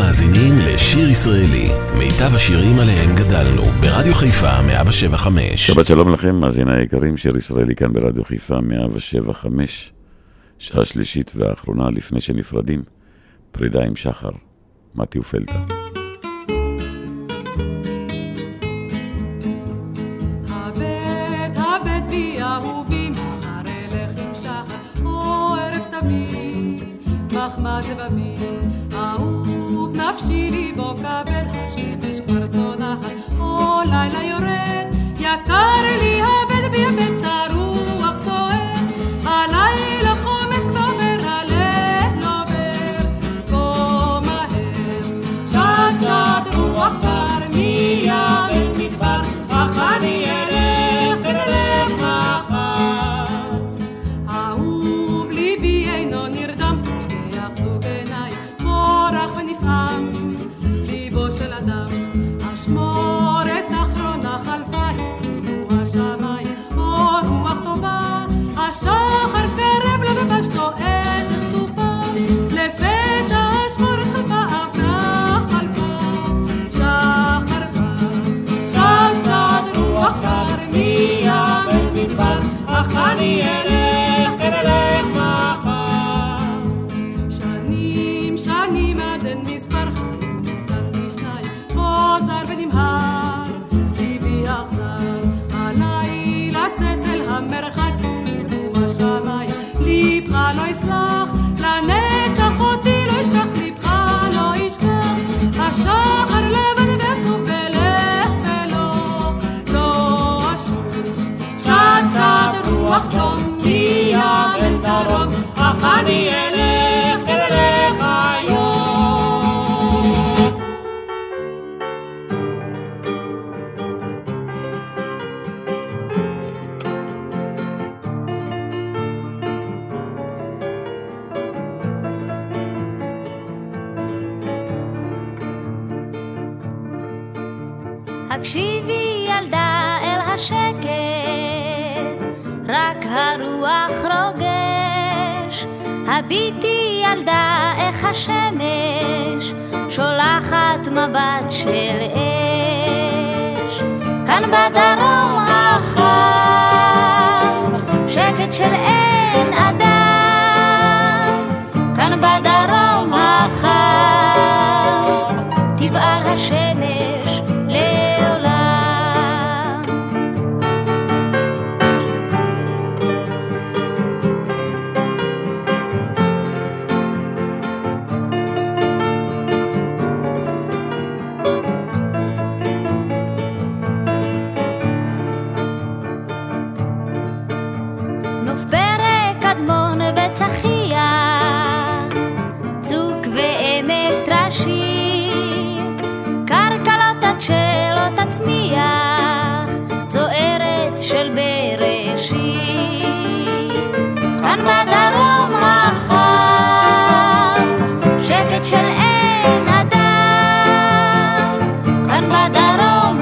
מאזינים לשיר ישראלי, מיטב השירים עליהם גדלנו, ברדיו חיפה 107.5. שבת שלום לכם, מאזיני היקרים, שיר ישראלי כאן ברדיו חיפה 107.5. שעה שלישית והאחרונה לפני שנפרדים, פרידה עם שחר, מתי ופלטה. הבט בי אהובי, מחר אלך עם שחר, או ערב סתווי, מחמד לבבי, אהוב נפשי לי בו כבד, השמש כבר צונחת, או לילה יורד, יקר לי הבט בי הבט, הרוח סוער, הלילה חומק ועובר, הלב עובר, כה מהר, שט שט רוח קר, מים אל מדבר, אך אני אלך, כן אלך מחר. אהוב ליבי אינו נרדם, פוגח זוג עיניי, מורח ונפעם, ליבו של אדם, אשמורת אחרונה חלפה, התחילו השמיים, או רוח טובה, השחר קרב לה ובשתו את צופה, לפתע אשמורת חלפה, עברה חלפה, שחר בא, שט שט רוח קר, מים אל מדבר, אך אני אלך, כן אלך מחר. שנים שנים עד אין מספר, חיים כאן בשניים, חוזר ונמהר, ליבי אכזר, הלילה צאת אל המרחק, יראו השמיים, ליבך לא יסלח, לנצח אותי לא ישכח, ליבך לא ישכח, השחר לבד ועצוב ולך ולא, לא אשוב, שט שט רוח תום, מים אל דרום, אך אני אלך, כן אלך היום. הקשיבי ילדה אל השקט, רק הרוח רוגש, הביטי ילדה איך השמש שולחת מבט של אש, כאן בדרום החם שקט של אין אדם, כאן בדרום החם תבער השמש לעולם. נוף ברק אדמון וצחיח, צוק ועמק טרשים, קרקלות עד שלא תצמיח, זו ארץ של בראשית, כאן בדרום החם שקט של אין אדם, כאן בדרום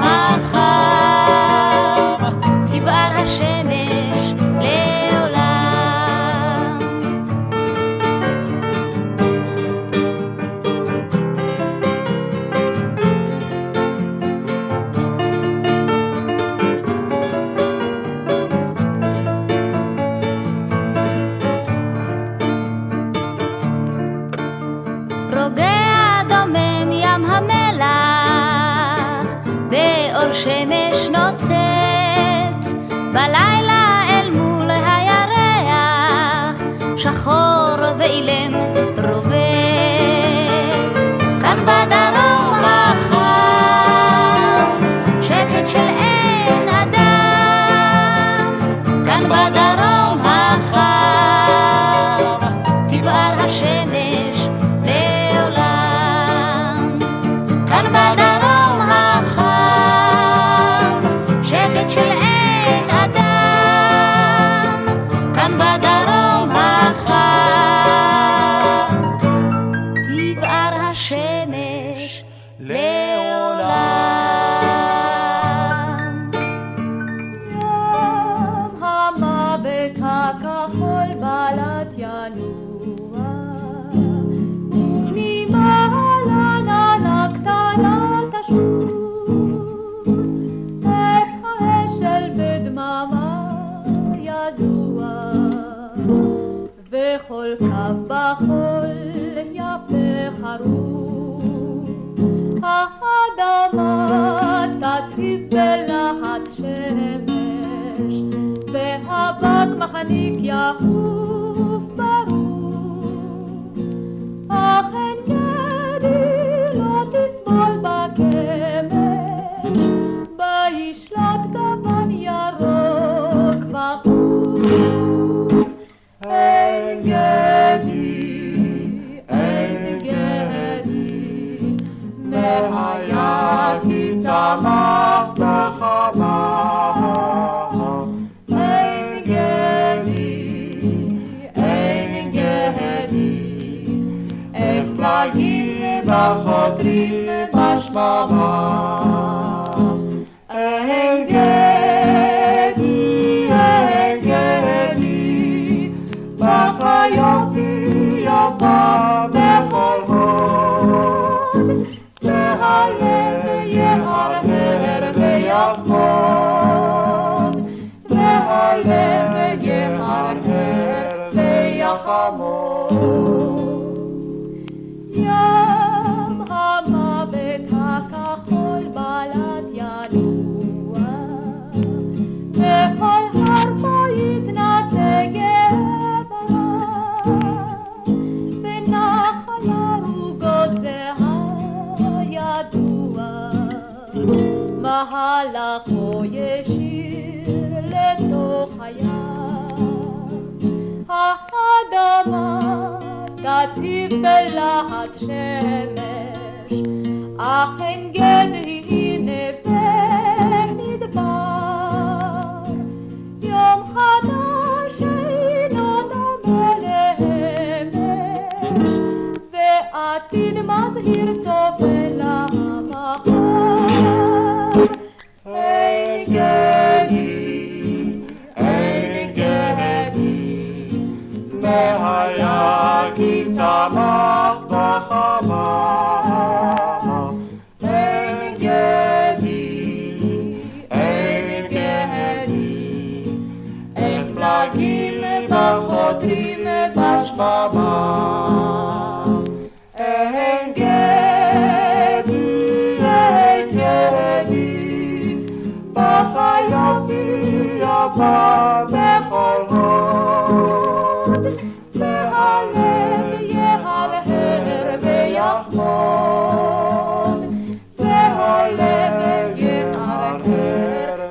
החם תבער השמש לעולם. רוגע דומם ים המלח, באור שמש נוצץ, בלילה אל מול הירח, שחור ואילם רובץ, כאן בדרום החם שקט של אין אדם, כאן בדרום החם תבער השמש לעולם, כאן בדרום החם שקט של אין אדם, כאן בדרום החם תבער השמש לעולם. יום המוות הכחול בלט ינוע, וממעלה חרוב. האדמה תצעיף בלהט שמש, והאבק מחניק יחוף ברור. אך אין גדי לא תסבול בכמש, בישלט גוון ירוק וחום. אין גדי, אין גדי, והיה כי צמח בחמה. אין גדי, אין גדי, איך פלגים וחותרים בשממה. אין גדי, אין גדי, בחיופי יפה בכל הוד, והלב יהרהר ויחמוד, והלב יהרהר ויחמוד. ים המוות הכחול בלט ינוע, בכל הר בו יתנשא גבר, בנחל ערוגות זה הידוע, מהלכו ישיר לתוך הים. האדמה תציב בלהט שמש, אך אין גדי נווה מדבר. יום חדש אינו דומה לאמש, ועתיד מזהיר צופה למחר. אין גדי, אין גדי, והיה כי צמח בחמה. אין גדי, אין גדי, איך פלגים וחותרים בשממה. אין גדי, אין גדי, בחיופי יפה בכל הוד, והלב יהרהר ויחמוד, והלב יהרהר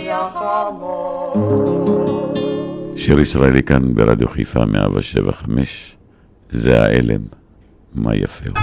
ויחמוד. שיר ישראלי כאן ברדיו חיפה 107.5, זה האלם, מה יפה הוא.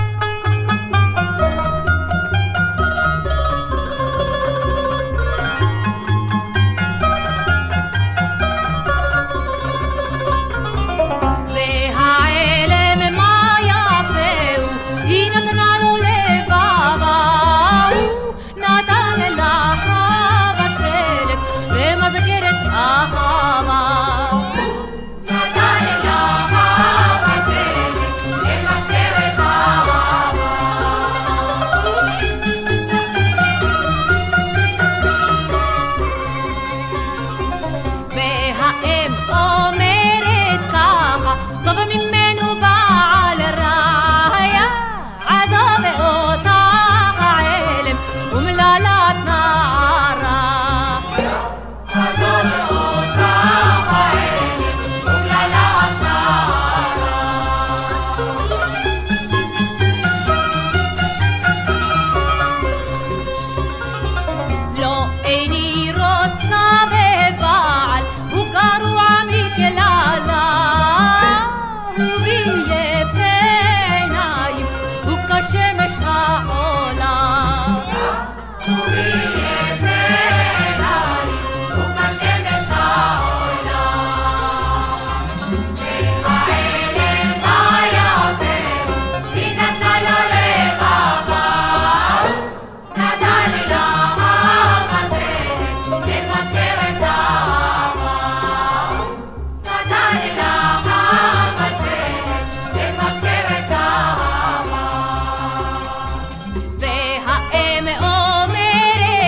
והאם אומרת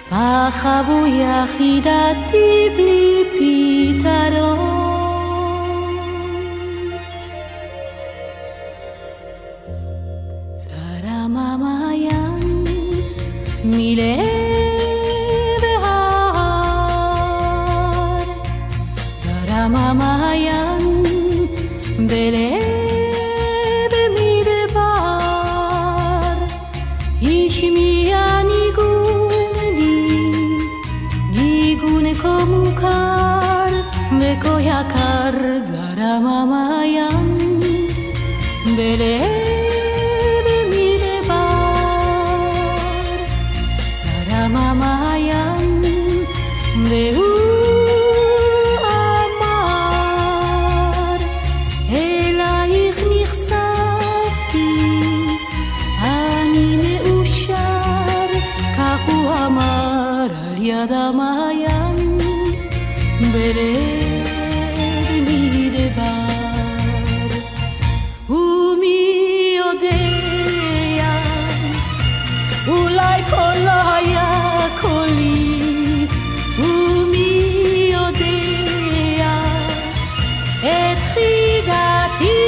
פחד הוא יחידתי בלי פתרון. זרם המעיין מלב ההר, זרם המעיין בלב מדבר, השמיע ניגון לי, ניגון כה מוכר וכה יקר. זרם המעיין בלב המעיין, והוא אמר אלייך נחשפתי, אני מאושר, כך הוא אמר על יד המעיין בלב מדבר. ומי יודע, אולי קולו היה קולי, ומי יודע את חידתי.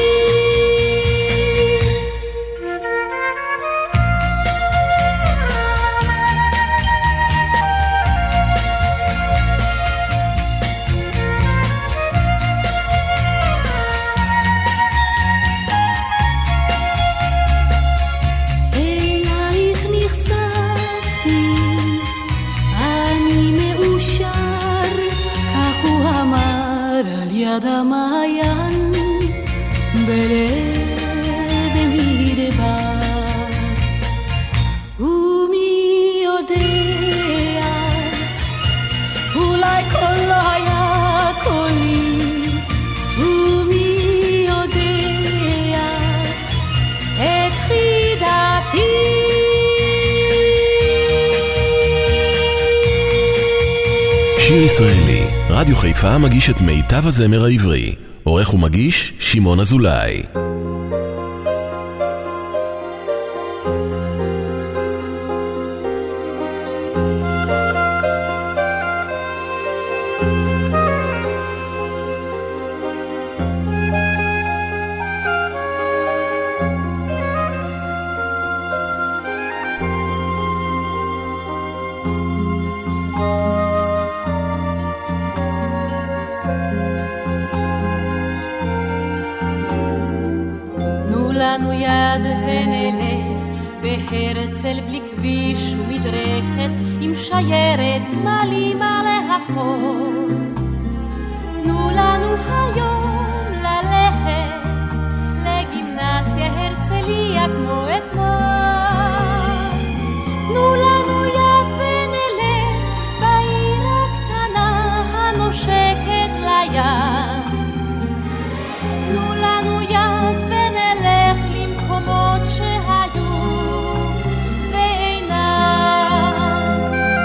יד המעיין בלב מדבר. ומי יודע, אולי קולו היה קולי, ומי יודע את חידתי. שיר ישראלי, רדיו חיפה מגיש את מיטב הזמר העברי. עורך ומגיש שמעון אזולאי. לנו יד ונלך בהרצל בלי כביש ומדרכת, עם שיירת גמלים על החור. תנו לנו היום ללכת לגימנסיה הרצליה כמו אתמול. תנו לנו יד ונלך בעיר הקטנה הנושקת לים. תנו לנו יד ונלך למקומות שהיו ואינם.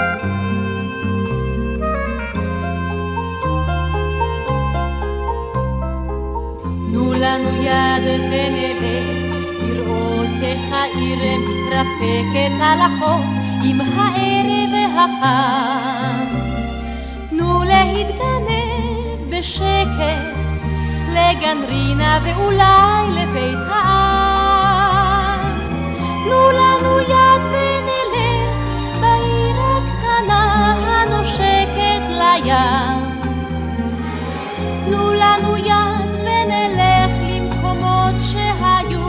תנו לנו יד ונלך לראות איך העיר מתרפקת על החוף עם הערב החם. תנו להתגנב בשקט לגן רינה ואולי לבית העם. תנו לנו יד ונלך בעיר הקטנה הנושקת לים. תנו לנו יד ונלך למקומות שהיו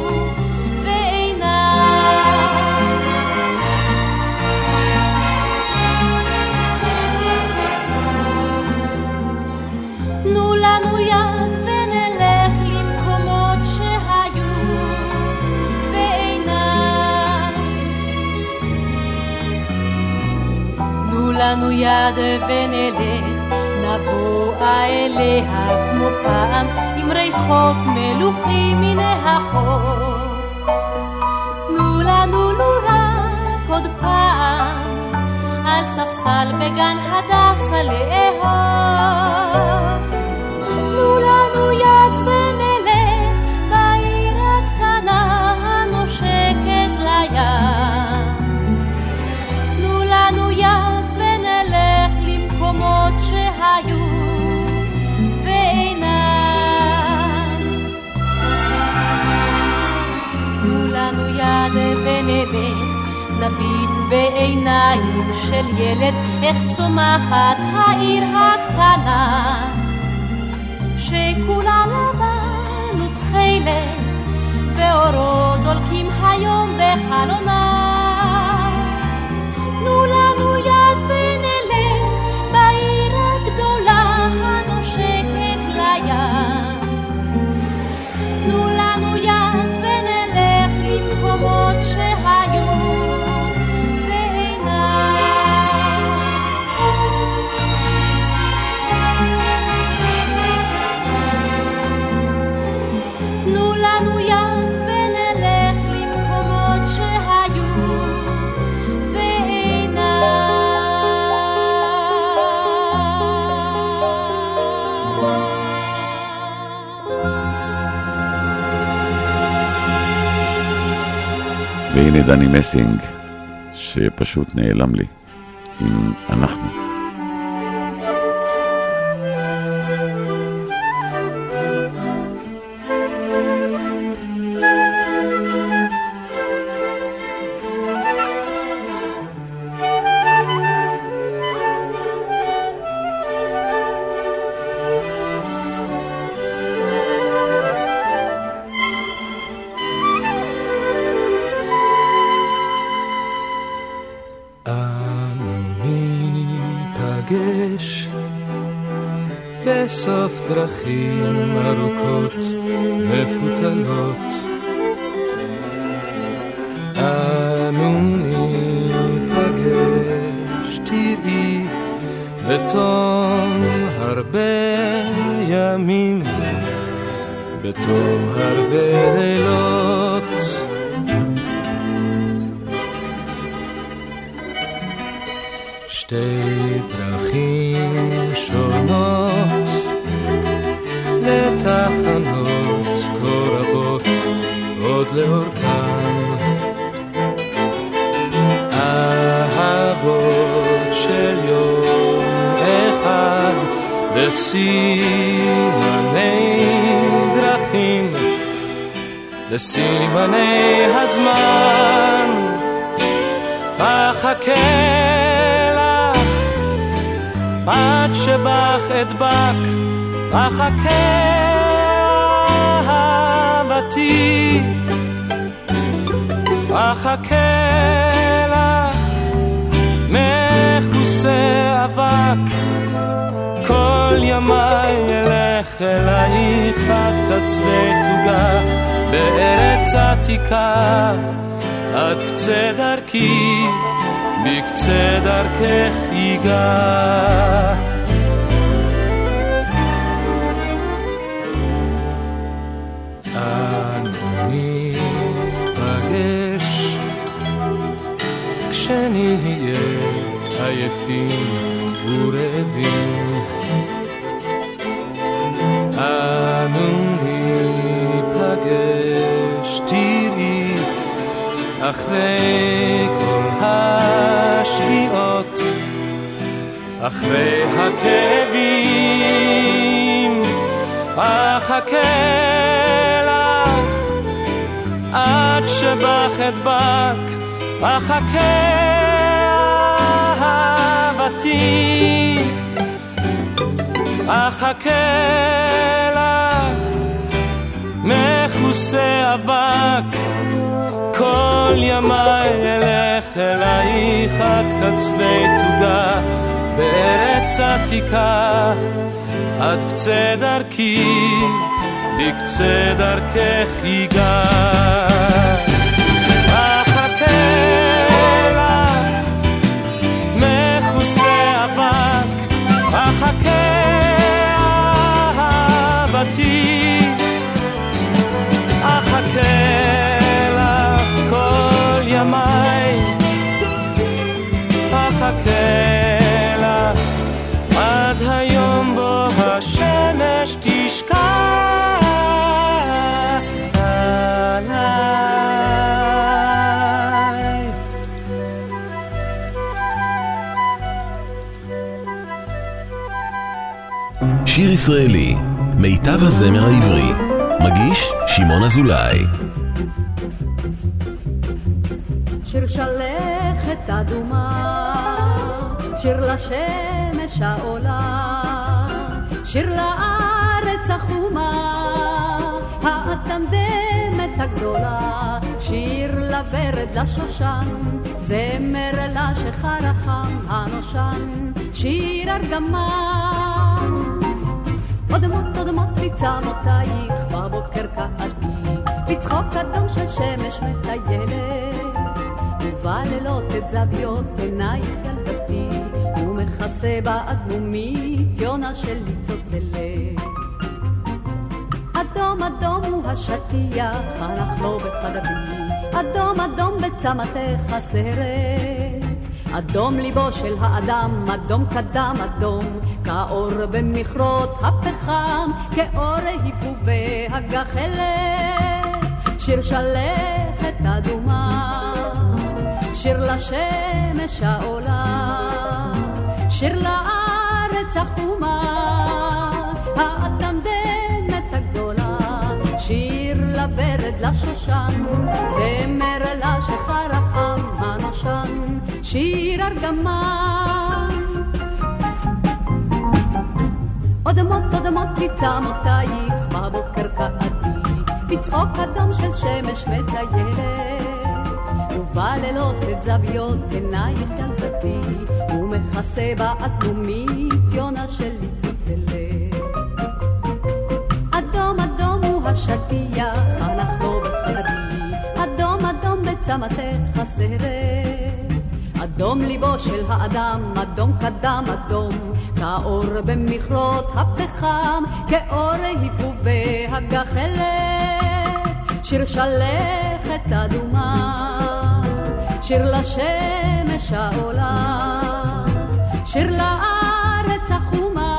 ואינם. תנו לנו יד ונלך למקומות שהיו ואינם. תנו לנו יד ונלך, נבוא אליה כמו פעם עם ריחות מלוכים מן החוף. תנו לנו לו רק עוד פעם על ספסל בגן הדסה לאהוב. תנו לנו יד ונלך בעיר הקטנה הנושקת לים. תנו לנו יד יד ונלך, נביט בעיניים של ילד, איך צומחת העיר הקטנה, שכולה לבן ותכלת, ואורו דולקים היום בחלונה. תנו לנו יד ונלך בעיר הגדולה הנושקת לים. תנו לנו יד ונלך למקומות שהיו ואינם. תנו לנו יד ונלך למקומות שהיו והנה דני מסינג, שפשוט נעלם לי, עם אנחנו. בסוף דרכים ארוכות מפותלות, אנו ניפגש, תראי, בתום הרבה ימים, בתום הרבה לילות. שתי דרכים שונות לתחנות כה רבות עוד לאורכן, אהבות של יום אחד לסימני דרכים, לסימני הזמן. אחכה לך עד שבך אדבק, אחכה אהבתי, אחכה לך מכוסה אבק, כל ימי אלך אלייך עד קצווי תוגה, בארץ עתיקה עד קצה דרכי, בקצה דרכך ייגע. אני פגש כשנהיה עייפים ורעבים, אנו ניפגש, תראי, אחרי כל השקיעות, אחרי הכאבים, אחכה לך עד שבך אדבק, אחכה אהבתי, אחכה לך מכוסה אבק, כל ימי אלך אלייך עד קצווי תוגה, בארץ עתיקה עד קצה דרכי, בקצה דרכך ייגע. אחכה לך מכוסה אבק, אחכה אהבתי, אחכה כל ימי, אחכה לך עד היום בו השמש תשקע עליי. שיר ישראלי, מיטב הזמר העברי, מגיש שמעון אזולאי. שיר שלכת אדומה, שיר לשמש העולה, שיר לארץ החומה, האטמדמת הגדולה, שיר לוורד לשושן, זמר לשחר החם הנושן, שיר ארגמן. אודמות אודמות מצמותייך בבוקר קעתי, בצחוק אדום של שמש מטיילת, ובלילות את זוויות עינייך ילדתי, ומכסה באדמומית יונה שלי צוצלת. אדום אדום הוא השטיח, הלך לו בחדבי, אדום אדום בצמתך הסרט, אדום ליבו של האדם, אדום קדם אדום, כאור במכרות הפחם, כאור היפובי הגחלת. שיר שלכת אדומה, שיר לשמש העולה, שיר לארץ החומה, האטמדמת הגדולה, שיר לוורד לשושן, זמר לשחר החם הנושן, שיר ארגמן. אודמות אודמות מצמותייך בבוקר קעתי, בצחוק אדום של שמש מטיילת, ובלילות את זוויות עינייך ילדתי, ומכסה באדמומית יונה שלי צוצלת. אדום אדום הוא השטיח, הלך לו בחדרי, אדום אדום בצמתך הסרט, אדום ליבו של האדם, אדום קדם אדום, כאור במכרות הפחם, כאור היפובי הגחלת. שיר שלכת אדומה, שיר לשמש העולה, שיר לארץ החומה,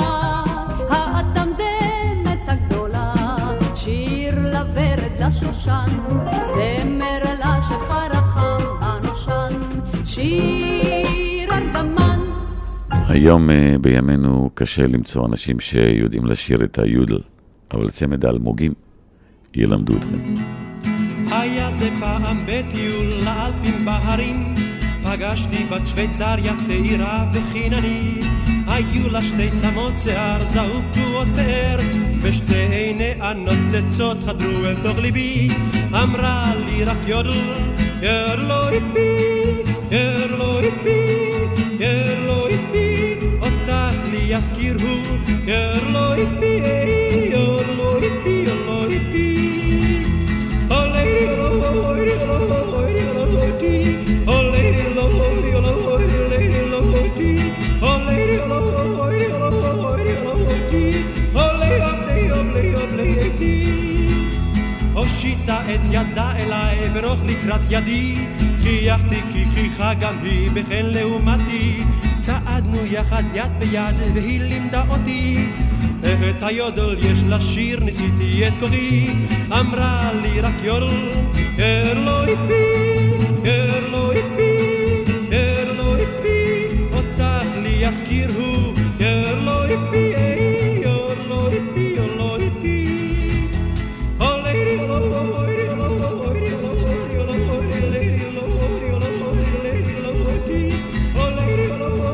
האטמדמת הגדולה, שיר לוורד לשושן, זמר לשחר החם הנושן, שיר ארגמן. היום בימינו קשה למצוא אנשים שיודעים לשיר את היודל, אבל צמד האלמוגים ילמדו אתכם. היה זה פעם בטיול לאלפים בהרים, פגשתי בת שוויצריה צעירה בחינני, היו לה שתי צמות שיער זהוב תנועות פאר, ושתי עיני נוצצות חדרו אל תוך ליבי, אמרה לי רק יודל, ירלו איפי, ירלו איפי, ירלו איפי, אותך לי יזכיר הוא, ירלו איפי, ירלו איפי, ירלו איפי. Oh lady, oh lady, oh lady, oh lady, oh lady, oh lady, הושיטה את ידה אליי ברוך לקראת ידי, חייכתי כי חייכה גם היא בכן לעומתי, צעדנו יחד יד ביד והיא לימדה אותי את היודל יש לשיר, ניסיתי את כוחי, אמרה לי רק יודל, ירלו איפי, ירלו איפי, ירלו איפי, אותך לי יזכיר הוא, ירלו איפי, ירלו איפי, ירלו איפי. Oh lady, oh lady, oh lady, oh lady, oh lady, oh lady, oh lady,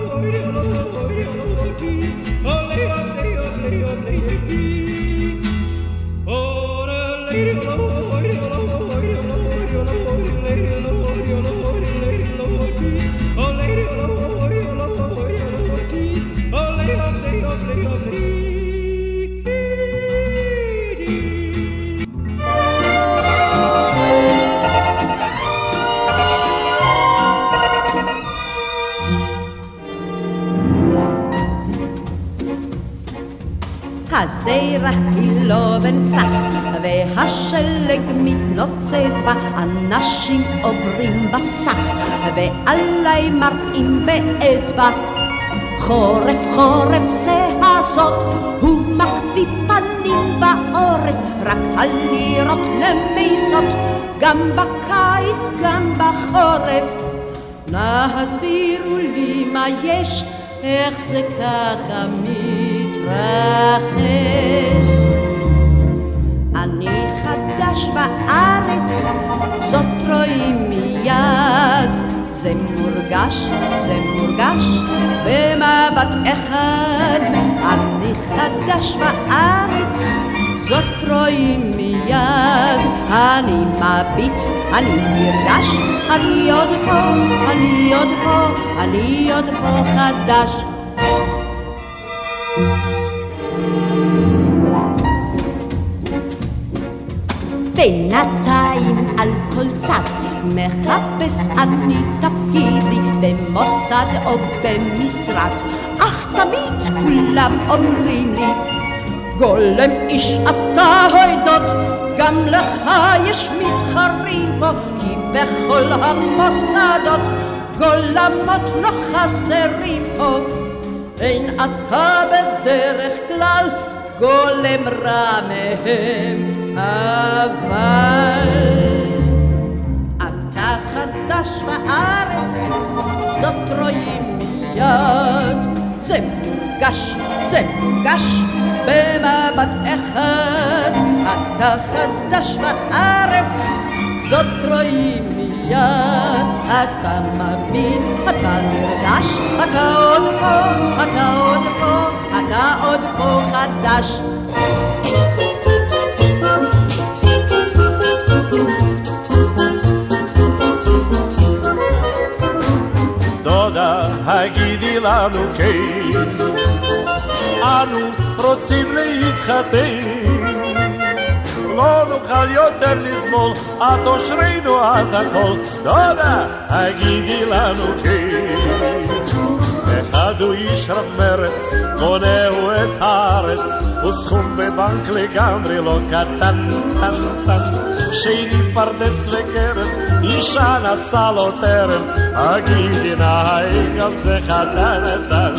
השדרה היא לא בנצח והשלג מתנוצץ בה, אנשים עוברים בסך ועליי מראים באצבע. חורף חורף זה הזאת, הוא מקפיא פנים בעורף, רק הלירות למיסות, גם בקיץ גם בחורף. להסבירו לי מה יש, איך זה ככה מתרחש. אני חדש חדש בארץ, זאת רואים מיד. זה מורגש במבט אחד. אני חדש בארץ, זאת רואים מיד. אני מביט, אני נרגש, אני עוד פה חדש. בינתיים על כל צד מחפש אני תפקידי במוסד או במשרד, אך תמיד כולם אומרים לי, גולם איש אתה הוידות, גם לך יש מתחרים פה, כי בכל המוסדות גולמות לא חסרים פה. אין אתה בדרך כלל גולם רע מהם, אבל אתה חדש בארץ, זאת רואים מיד. זה מורגש במבט אחד. אתה חדש בארץ, זאת רואים מיד. אתה מביט, אתה נרגש, אתה עוד פה חדש. דודה, הגידי לנו כן, אנו רוצים להתחתן, לא נוכל יותר לסבול, את אושרנו את הכל. דודה, הגידי לנו כן, אחד הוא איש רב מרץ, בונהו את הארץ, וסכום בבנק לגמרי לא קטן, שני פרדס וקרן, אישה נסע לו טרם, הגידי נהי גם זה חתן,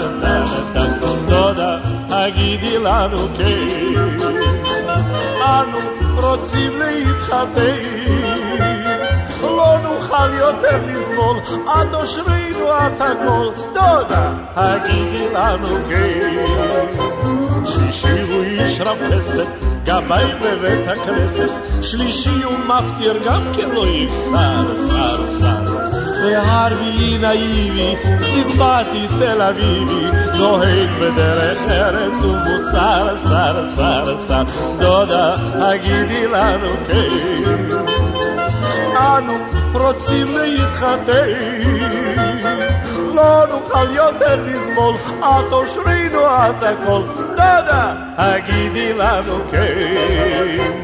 דודה, הגידי לנו כן, אנו רוצים להתחתן, לא נוכל יותר לסבול, את אושרנו את הכל. דודה, הגידי לנו כן, שישי הוא איש רב חסד, גבאי בבית הכנסת, שלישי הוא מפטיר גם כן לא יפסר, והרביעי נאיבי, סימפטי תל אביבי, נוהג בדרך ארץ ומוסר, שר. דודה, הגידי לנו כן, אנו רוצים להתחתן, לא נוכל יותר לסבול, את אושרנו את הכל. דודה, הגידי לנו כן.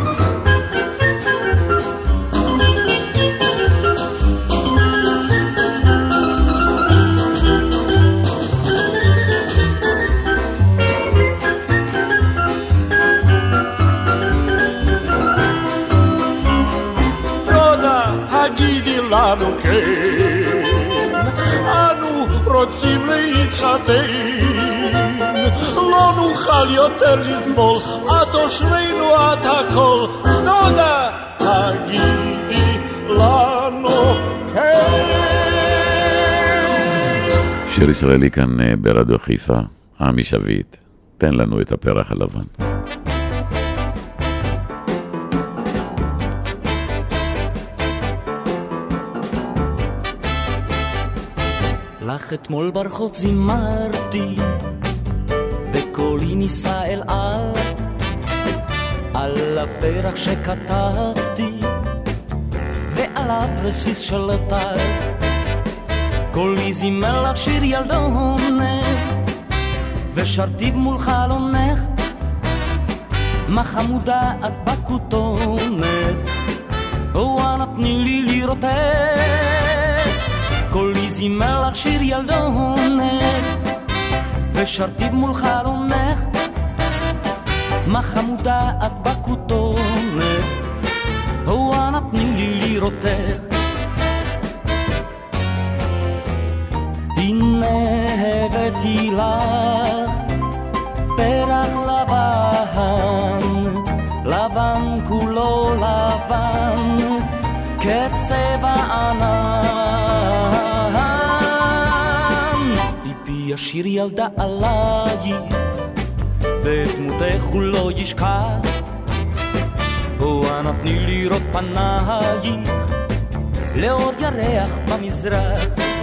הגידי לנו כן, אנו רוצים להתחתן, לא נוכל יותר לסבול, את אושרנו את הכל. דודה, הגידי לנו כן. שיר ישראלי כאן ברדיו חיפה, עמי שביט, תן לנו את הפרח הלבן. לך אתמול ברחוב זימרתי, וקולי ניסה אל על הפרח שכתבתי, ועליו רסיס של טל. קולי זימר לך שיר ילדונך, ושרתי מול חלונך, מה חמודה את בכותונת, וואנה תני לי לראותך. קולי זימר לך שיר ילדונך, ושרתי מול חלונך, מה חמודה את בכותונת, וואנה תני לי לראותך. הנה הבאתי לך פרח לבן, לבן כולו לבן, כצבע ענן. ליבי ישיר ילדה עליי, ודמותך הוא לא ישכח, אנא תני לראות פנייך לאור ירח במזרח.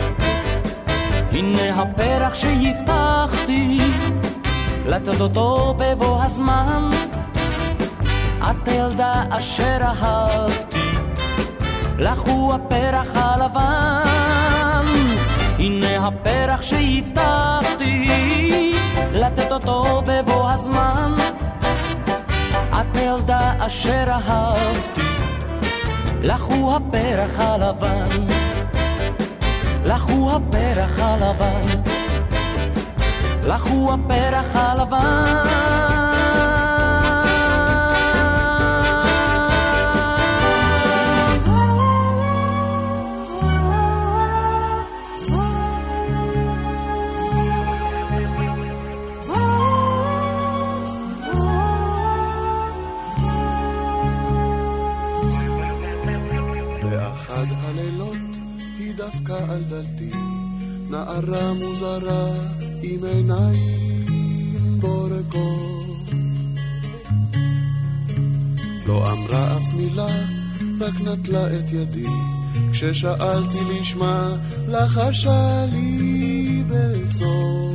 הנה הפרח שהבטחתי לתת אותו בבוא הזמן, את הילדה אשר אהבתי, לך הוא הפרח הלבן. הנה הפרח שהבטחתי לתת אותו בבוא הזמן, את הילדה אשר אהבתי, לך הוא הפרח הלבן, לך הוא הפרח הלבן, לך הוא הפרח הלבן. על דלתי נערה מוזרה עם עיניים בורקות, לא אמרה אף מילה, רק נטלה את ידי, כששאלתי לשמה לחשה לי בסוף.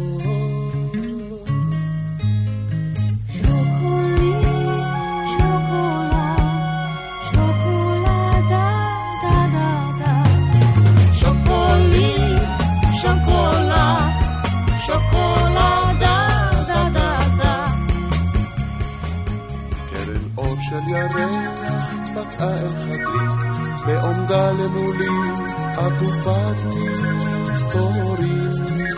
ירח בקעה אל חדרי, בעומדה למולי עטופת מסתורים,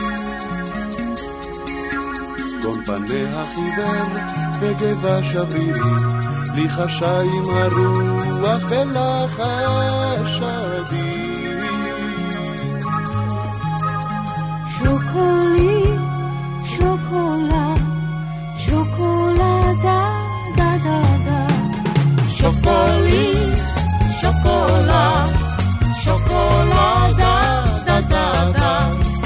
גון פניה חיוור וגבה שברירי, לי חשה עם הרוח ולחש עדין. שוקולי, שוקולה, שוקולדה, דה דה דה. שוקולי, שוקולה, שוקולדה, דה דה דה.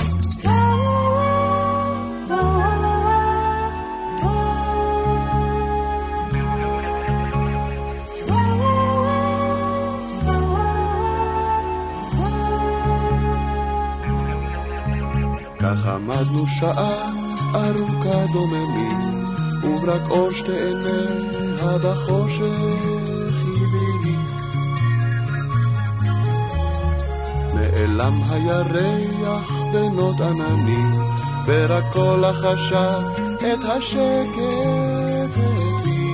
כך עמדנו שעה ארוכה דוממים, וברק אור שתי עיניה בחושך חיבירי. נעלם הירח בנות עננים, ורק כל החשה את השקט הביא.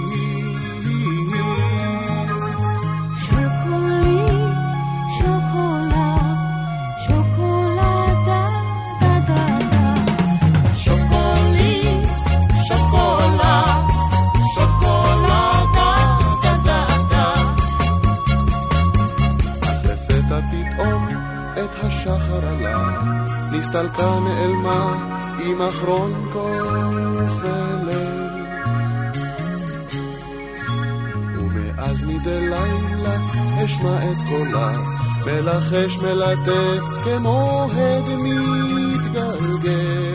שוקולי, שוקולה, שוקולדה, דה דה דה. שוקולי, שוקולה, שוקולדה, דה דה דה. אך לפתע פתאום את השחר עלה, נסתלקה נעלמה עם אחרון כוח וליל, ומאז מדי לילה אשמע את קולה, מלחש מלטף כמו הד מתגלגל.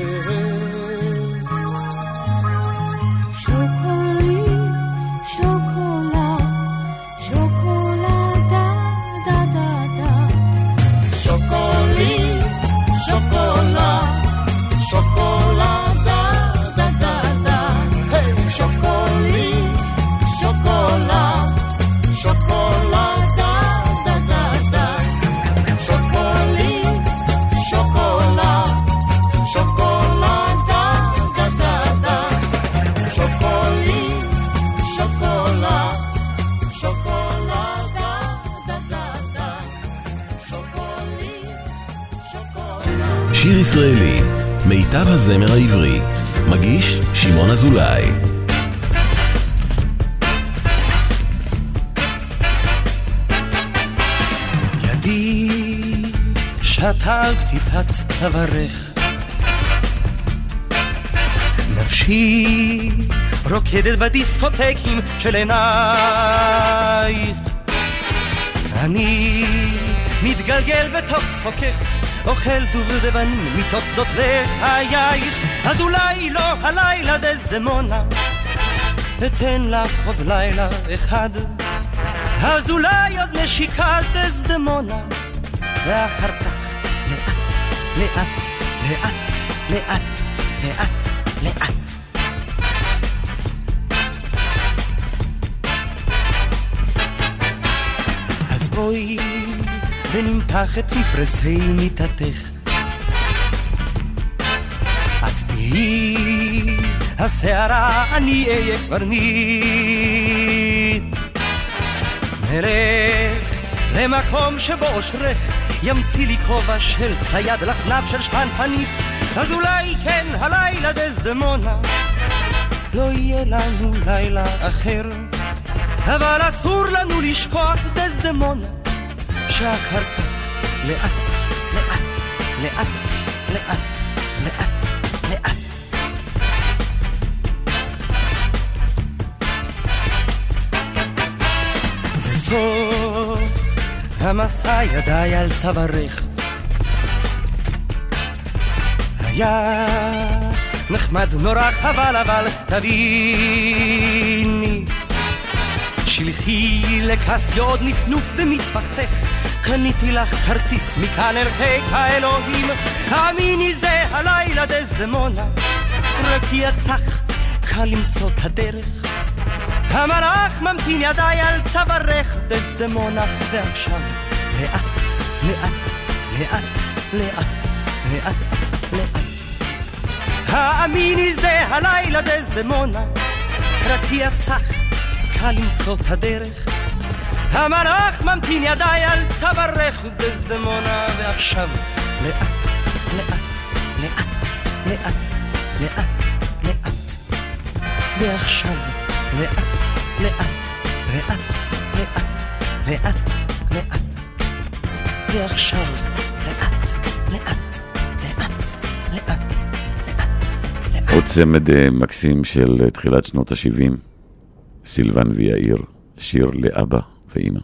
שוקולי, שוקולה, שוקולדה, דה דה דה. שוקולי, שוקולה, שוקולדה, דה דה דה. שוקולי, שוקולה, שוקולדה, דה דה דה. שוקולי, שוקולה, שוקולדה, דה דה דה. שוקולי, שוקולה, שוקולדה, דה דה דה. שוקולי, שוקולה. שיר ישראלי, מיטב הזמר העברי. מגיש שמעון אזולאי. ידי שתה על כתיפת צווארך, נפשי רוקדת בדיסקוטקים של עינייך, אני מתגלגל בתוך צחוקך, אוכל דובדבנים מתוך שדות לחייך. אז אולי לא הלילה דזדמונה, אתן לך עוד לילה אחד, אז אולי עוד נשיקה דסדמונה, ואחר כך לאט, לאט, לאט, לאט, לאט, לאט. אז בואי ונמתח את מפרסי מיטתך, את תהי השערה, אני אהיה קברניט. נלך למקום שבו אושרך ימציא לי כובע של צייד לחזנב של שפנפנית, אז אולי כן הלילה דסדמונה לא יהיה לנו לילה אחר, אבל אסור לנו לשכוח דסדמונה, שאחר כך לאט, לאט, לאט, לאט, לאט, לאט. זה סוף המסע, ידיי על צווארך, היה נחמד נורא אבל תביני, שלחי לקסיה עוד נפנוף במטפחתך, קניתי לך כרטיס מכאן אל חיק האלוהים, האמיני זה הלילה דסדמונה, רק יצח קל למצוא את הדרך, המלאך ממתין ידיי על צווארך דסדמונה, ועכשיו לאט, לאט, לאט, לאט, לאט, לאט, האמיני זה הלילה דסדמונה, רק יצח קל למצוא את הדרך, המלאך ממתין ידיי על צווארך דסדמונה, ועכשיו לאט, לאט, לאט, לאט, לאט, לאט, ועכשיו לאט, לאט, לאט, לאט, לאט, לאט, ועכשיו לאט, לאט, לאט, לאט, לאט. עוד צמד מקסים של תחילת שנות ה-70, סילבן ויאיר, שיר לאבא ואמא.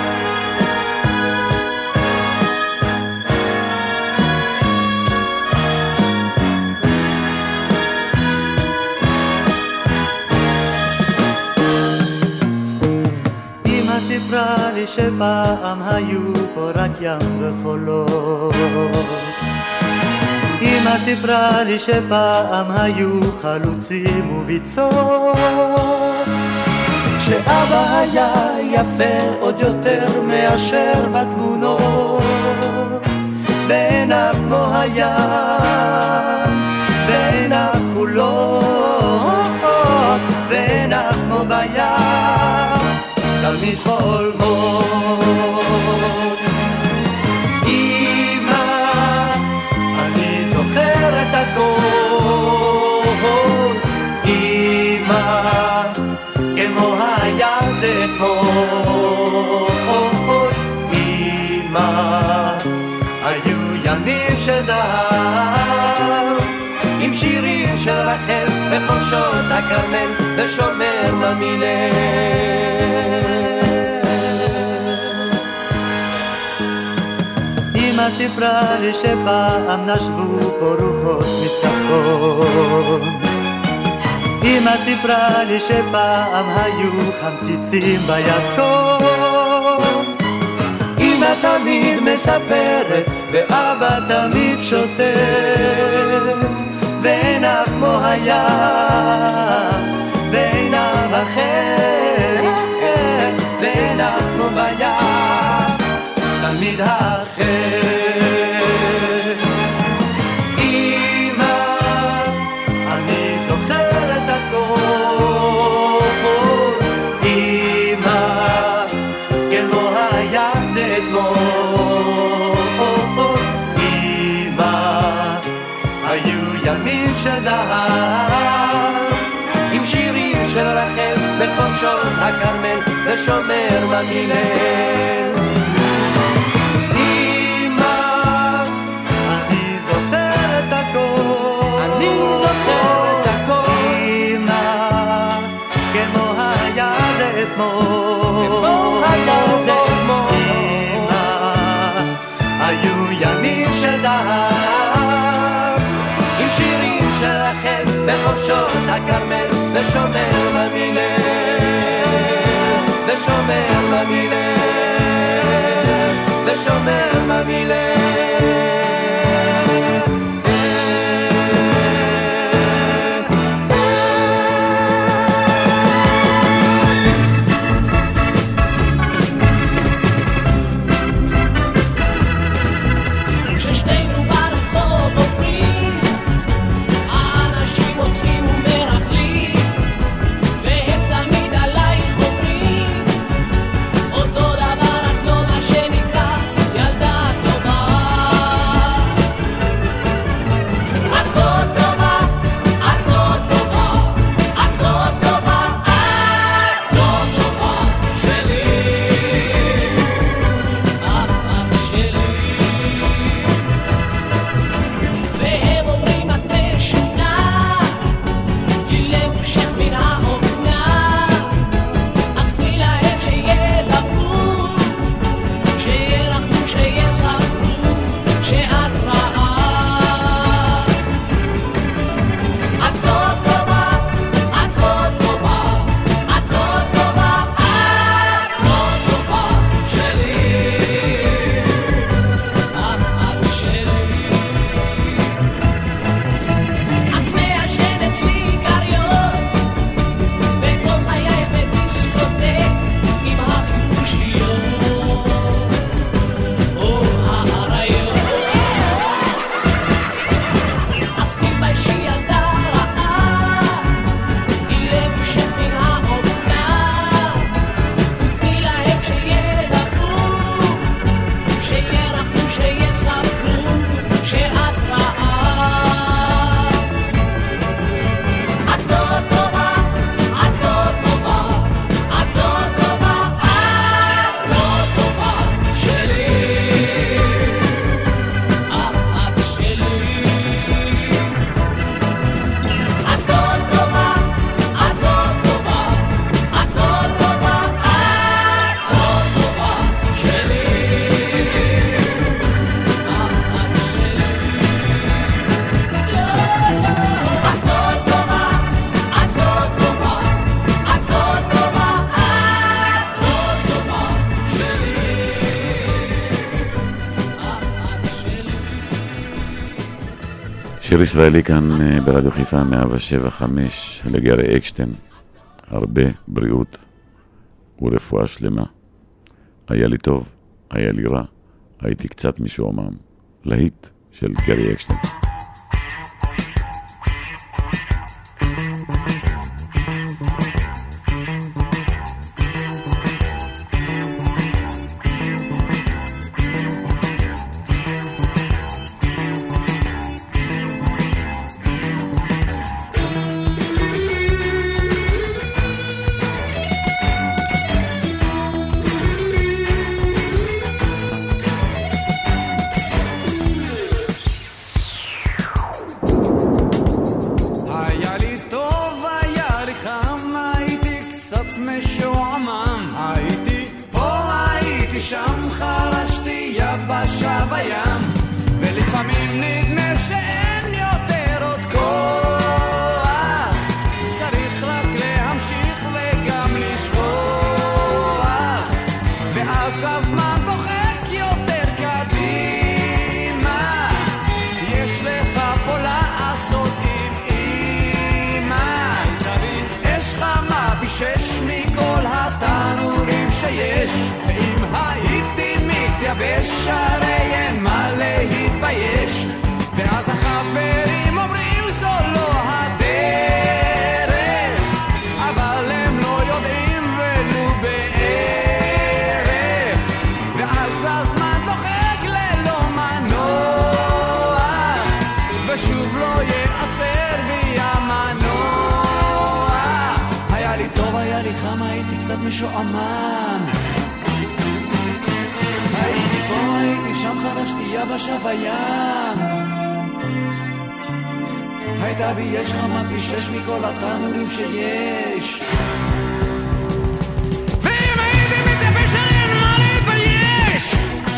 אמא סיפרה לי שפעם היו פה רק ים וחולות, אמא סיפרה לי שפעם היו חלוצים וביצות, שאבא היה יפה עוד יותר מאשר בתמונות, בעיניו כמו הים, בעיניו כחולות, בעיניו כמו בים, תלמיד חולמות. אמא, אני זוכר את הכל, אמא, כמו היה זה אתמול, אמא, היו ימים של זהב, עם שירים של רחל בחורשות הכרמל, ושומר במילה. אמא סיפרה לי שפעם נשבו פה רוחות מצפון, אמא סיפרה לי שפעם היו חמציצים בירקון, אמא תמיד מספרת ואבא תמיד שותק, ועיניו כמו הים, ועיניו אחר, ועיניו כמו בים, תמיד אחר. עם שירים של רחל בחורשות הכרמל, ושומר במילל. אמא, אני זוכר את הכל, אני זוכר את הכל, אמא, כמו היה זה אתמול, כמו היה זה אתמול, אמא, היו ימים של זהב, עם שירים של רחל בחורשות הכרמל, ושומר במילה. ושומר במילה, ושומר במילה. שיר ישראלי כאן ברדיו חיפה 107.5 לגרי אקשטיין. הרבה בריאות ורפואה שלמה. היה לי טוב, היה לי רע, הייתי קצת משועמם. להיט של גרי אקשטיין. משועמם הייתי פה, הייתי שם, חדשתי יבשה וים הייתה בי יש חמה פי 6 מכל התנורים שיש ואם הייתי מתייבש אין מה להתבייש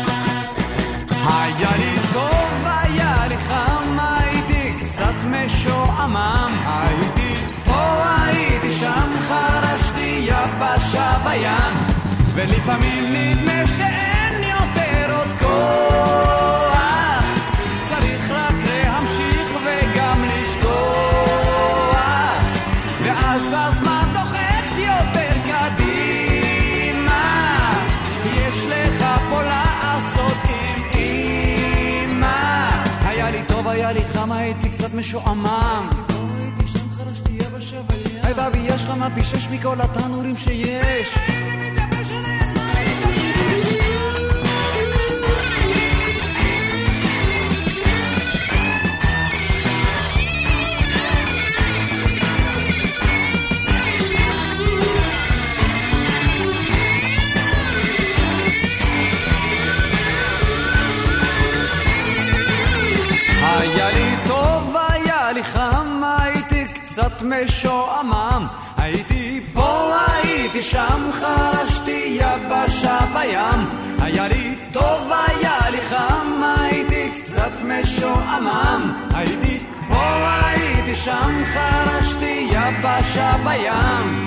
היה לי טוב, היה לי חם הייתי קצת משועמם הייתי פה, הייתי שם, חרשתי יבשה וים ולפעמים נדמה שאין יותר עוד כוח, צריך רק להמשיך וגם לשכוח, ואז הזמן דוחק יותר קדימה, יש לך פה לעשות עם אמא. היה לי טוב, היה לי חם, הייתי קצת משועמם, הייתי שם חרשתי יבשה בים, היי בבי יש לך מה פי 6 מכל התנורים שיש. היה לי טוב, היה לי חם, הייתי קצת משועמם, הייתי פה, הייתי שם, חרשתי יבשה בים. היה לי טוב, היה לי חם, הייתי קצת משועמם, הייתי פה, הייתי שם, חרשתי יבשה בים.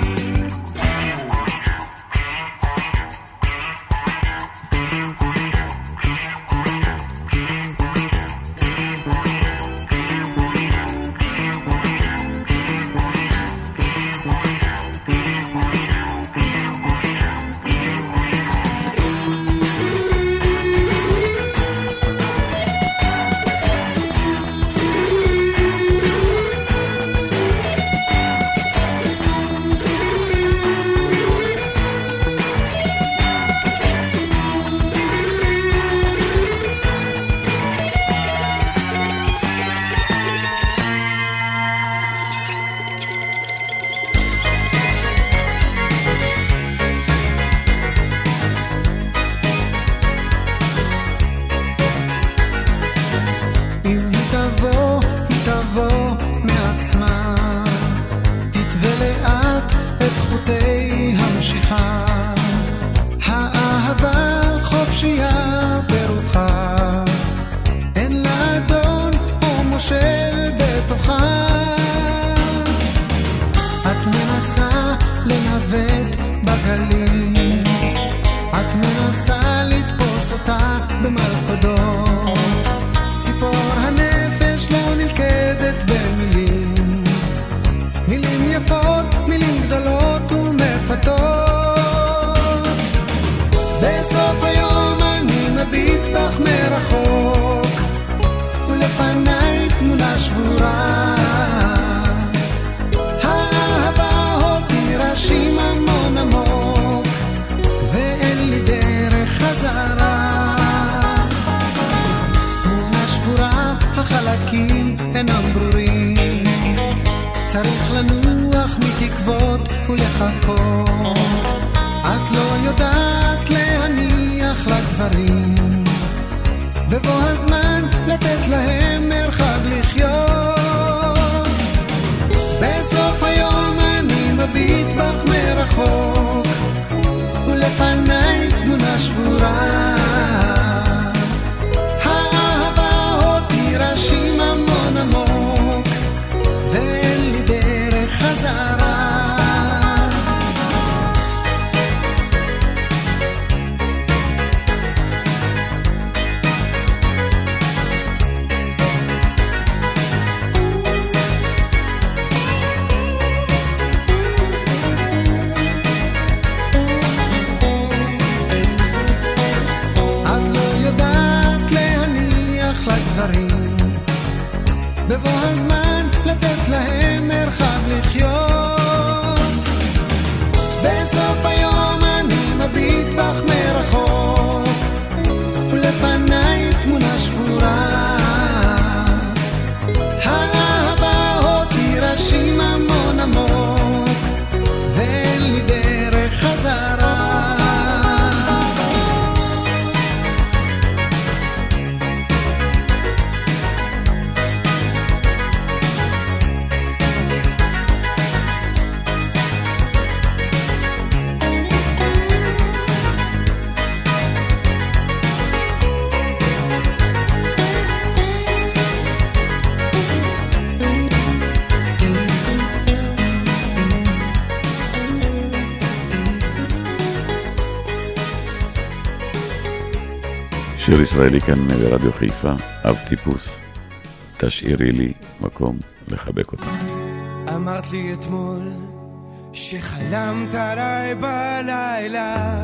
שיר ישראלי כאן ברדיו חיפה, אב טיפוס, תשאירי לי מקום לחבק אותה. אמרת לי אתמול שחלמת עליי בלילה,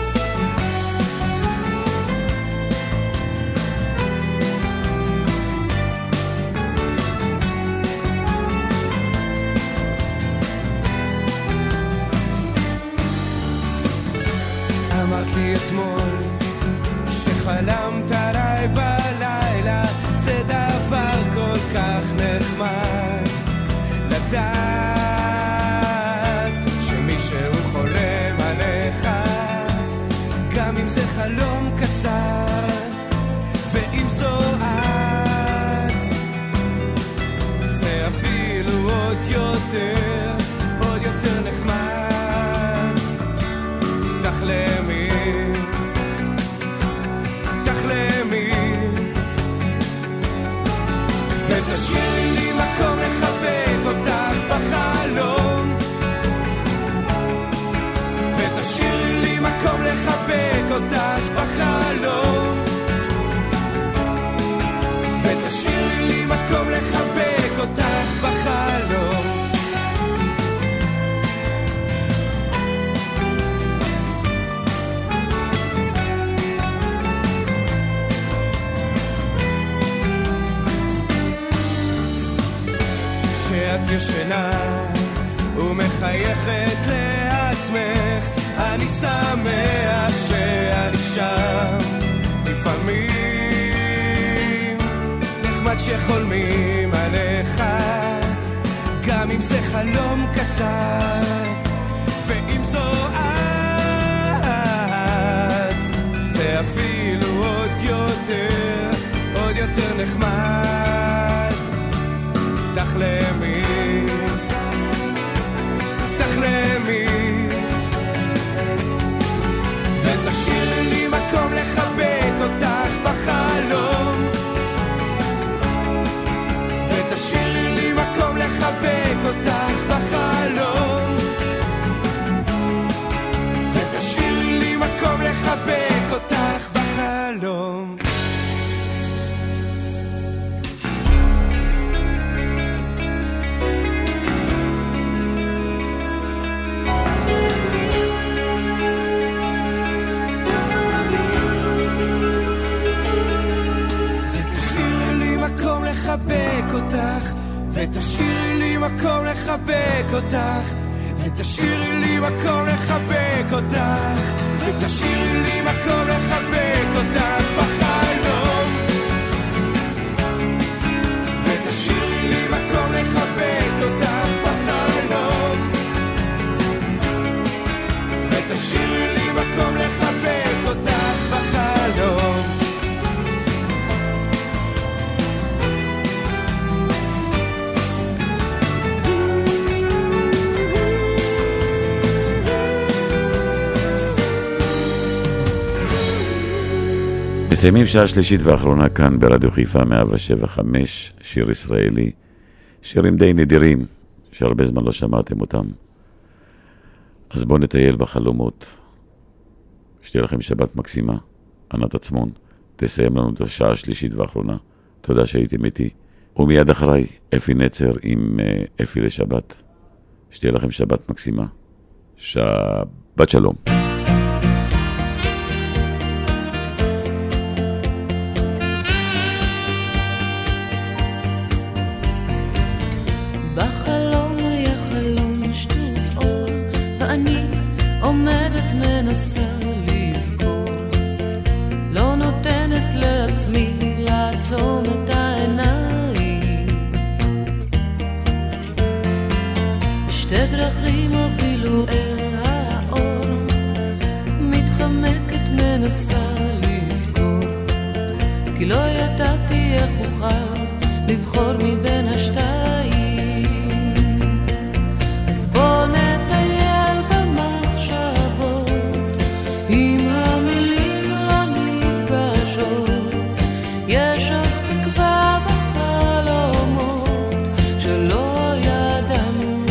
אמרת לי אתמול שחלמת עליי בלילה, זה דבר כל כך נחמד לדעת שמישהו חולם עליך, גם אם זה חלום קצר, ואם זו את, זה אפילו עוד יותר, עוד יותר נחמד. תחלמי, תחלמי, ותשאירי לי מקום לחבק אותך בחלום, ותשאירי לי מקום לחבק אותך בחלום, ותשאירי לי מקום לחבק אותך בחלום. כשאת ישנה ומחייכת לעצמך, אני שמח שאני שם. לפעמים נחמד שחולמים עליך, גם אם זה חלום קצר, ואם זו את, זה אפילו עוד יותר, עוד יותר נחמד. תחלמי, תחלמי, ותשאירי לי מקום לחבק אותך בחלום, ותשאירי לי מקום לחבק אותך בחלום, ותשאירי לי מקום לחבק אותך בחלום. לחבק אותך, ותשאירי לי מקום לחבק אותך, ותשאירי לי מקום לחבק אותך, ותשאירי לי מקום לחבק אותך בחלום, ותשאירי לי מקום לחבק אותך בחלום, ותשאירי לי מקום לחבק אותך בחלום. מסיימים שעה שלישית ואחרונה כאן ברדיו חיפה 107.5, שיר ישראלי, שירים די נדירים שהרבה זמן לא שמעתם אותם, אז בואו נטייל בחלומות. שתהיה לכם שבת מקסימה. ענת עצמון תסיים לנו את השעה השלישית ואחרונה. תודה שהייתם איתי, ומיד אחריי אפי נצר עם אפי לשבת. שתהיה לכם שבת מקסימה. שבת שלום. עומדת מנסה לזכור, לא נותנת לעצמי לעצום את העיניים. שתי דרכים הובילו אל האור, מתחמקת מנסה לזכור, כי לא ידעתי איך אוכל לבחור מבין השתיים. אז בוא נטייל במחשבות, אם המילים לא נפגשות, יש עוד תקווה בחלומות שלא ידענו.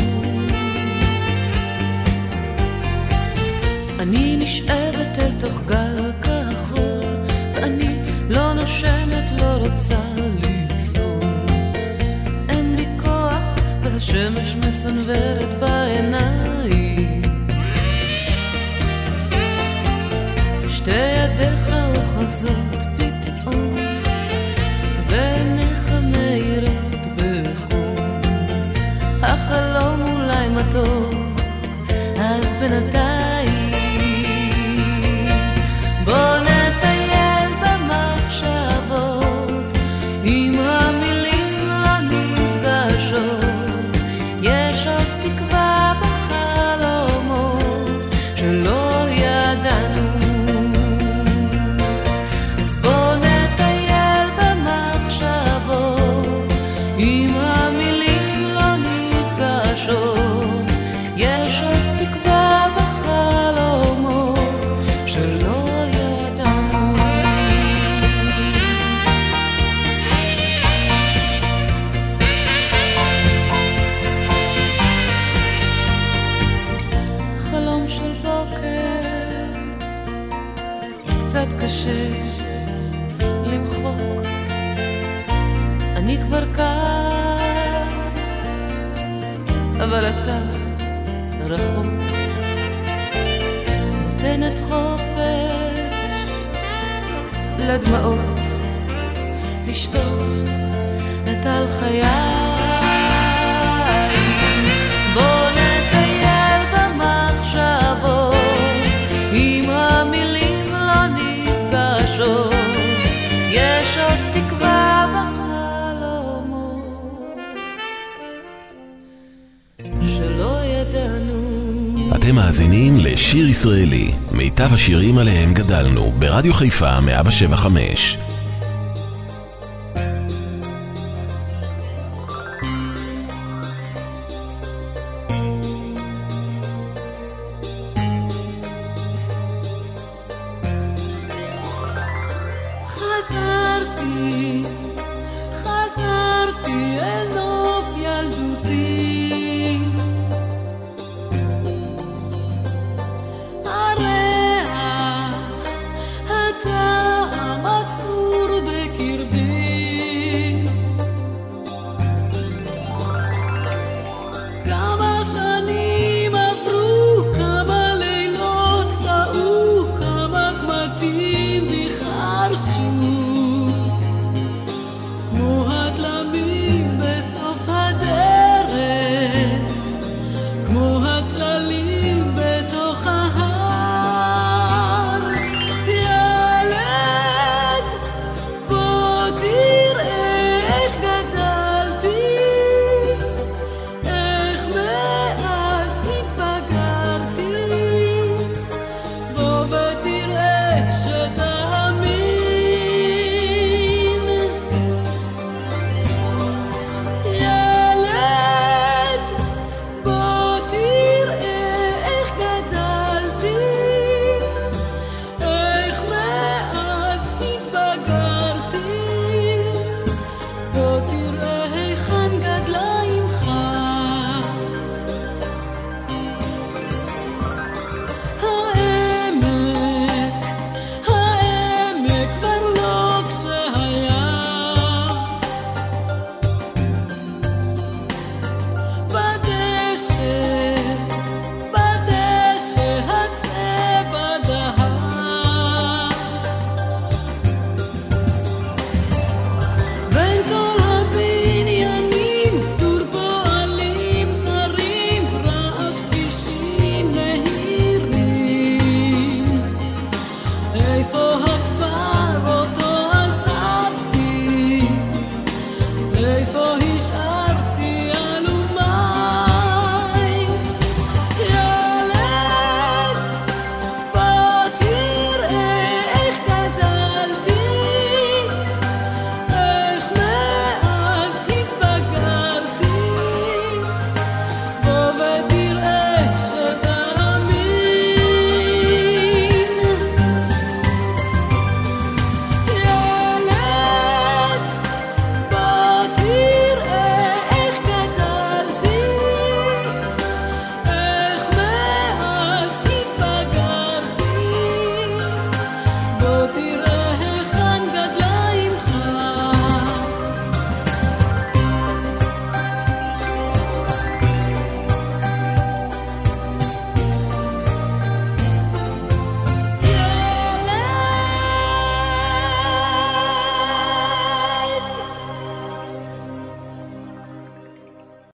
אני נשאבת אל תוך גל כחול, ואני השמש מסנוורת בעיניים, שתי ידיך אוחזות פתאום, ועיניך מאירות בחום. החלום אולי מתוק, אז בינתיים בוא נטייל במחשבות, עם המילים לא נפגשות. יש עוד תקווה בחלומות שלא ידענו, אז בוא נטייל במחשבות, עם המילים לא נפגשות. יש עוד תקווה בחלומות שלא ידענו. חלום של בוקר, קצת קשה למחוק, אני כבר כאן, אבל אתה רחוק. נותנת חופש לדמעות לשטוף את על חיי. בוא נטייל במחשבות, עם המילים לא נפגשות. יש עוד תקווה בחלומות שלא ידענו. אתם מאזינים לשיר ישראלי, מיטב השירים עליהם גדלנו, ברדיו חיפה 107.5.